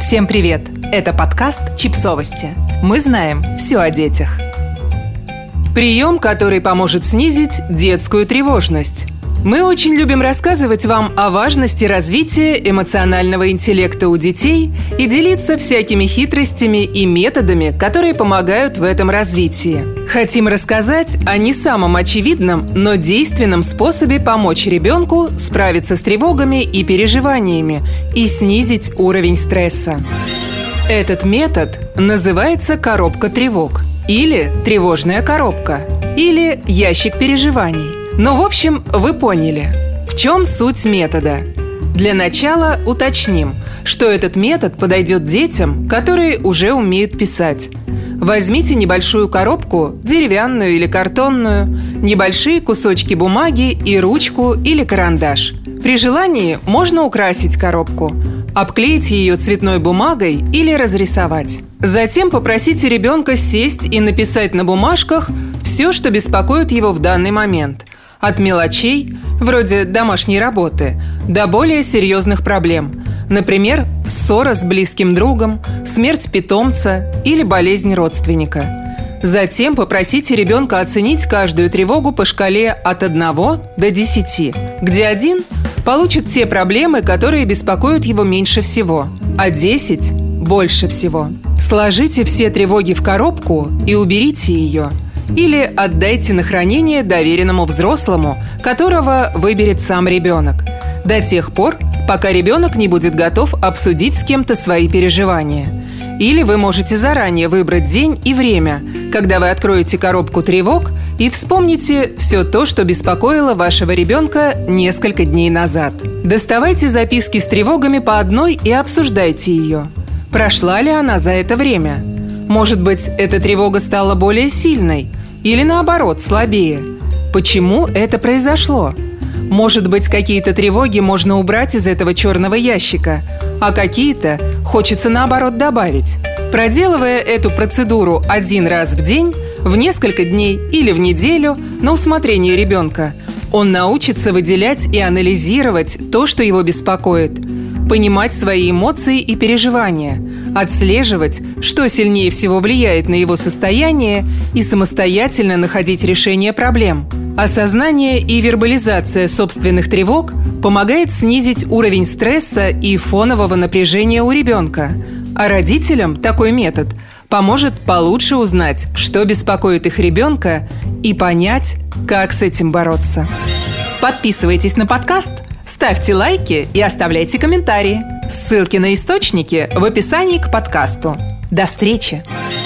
Всем привет! Это подкаст «Чипсовости». Мы знаем все о детях. Прием, который поможет снизить детскую тревожность. Мы очень любим рассказывать вам о важности развития эмоционального интеллекта у детей и делиться всякими хитростями и методами, которые помогают в этом развитии. Хотим рассказать о не самом очевидном, но действенном способе помочь ребенку справиться с тревогами и переживаниями и снизить уровень стресса. Этот метод называется коробка тревог, или тревожная коробка, или ящик переживаний. Ну, в общем, вы поняли, в чем суть метода. Для начала уточним, что этот метод подойдет детям, которые уже умеют писать. Возьмите небольшую коробку, деревянную или картонную, небольшие кусочки бумаги и ручку или карандаш. При желании можно украсить коробку, обклеить ее цветной бумагой или разрисовать. Затем попросите ребенка сесть и написать на бумажках все, что беспокоит его в данный момент. От мелочей, вроде домашней работы, до более серьезных проблем. Например, ссора с близким другом, смерть питомца или болезнь родственника. Затем попросите ребенка оценить каждую тревогу по шкале от 1 до 10, где 1 получит те проблемы, которые беспокоят его меньше всего, а 10 – больше всего. Сложите все тревоги в коробку и уберите ее. Или отдайте на хранение доверенному взрослому, которого выберет сам ребенок, до тех пор, пока ребенок не будет готов обсудить с кем-то свои переживания. Или вы можете заранее выбрать день и время, когда вы откроете коробку тревог и вспомните все то, что беспокоило вашего ребенка несколько дней назад. Доставайте записки с тревогами по одной и обсуждайте ее. Прошла ли она за это время? Может быть, эта тревога стала более сильной? Или наоборот, слабее? Почему это произошло? Может быть, какие-то тревоги можно убрать из этого черного ящика, а какие-то хочется наоборот добавить. Проделывая эту процедуру 1 раз в день, в несколько дней или в неделю на усмотрение ребенка, он научится выделять и анализировать то, что его беспокоит, понимать свои эмоции и переживания, отслеживать, что сильнее всего влияет на его состояние, и самостоятельно находить решение проблем. Осознание и вербализация собственных тревог помогает снизить уровень стресса и фонового напряжения у ребенка, а родителям такой метод поможет получше узнать, что беспокоит их ребенка, и понять, как с этим бороться. Подписывайтесь на подкаст, ставьте лайки и оставляйте комментарии. Ссылки на источники в описании к подкасту. До встречи!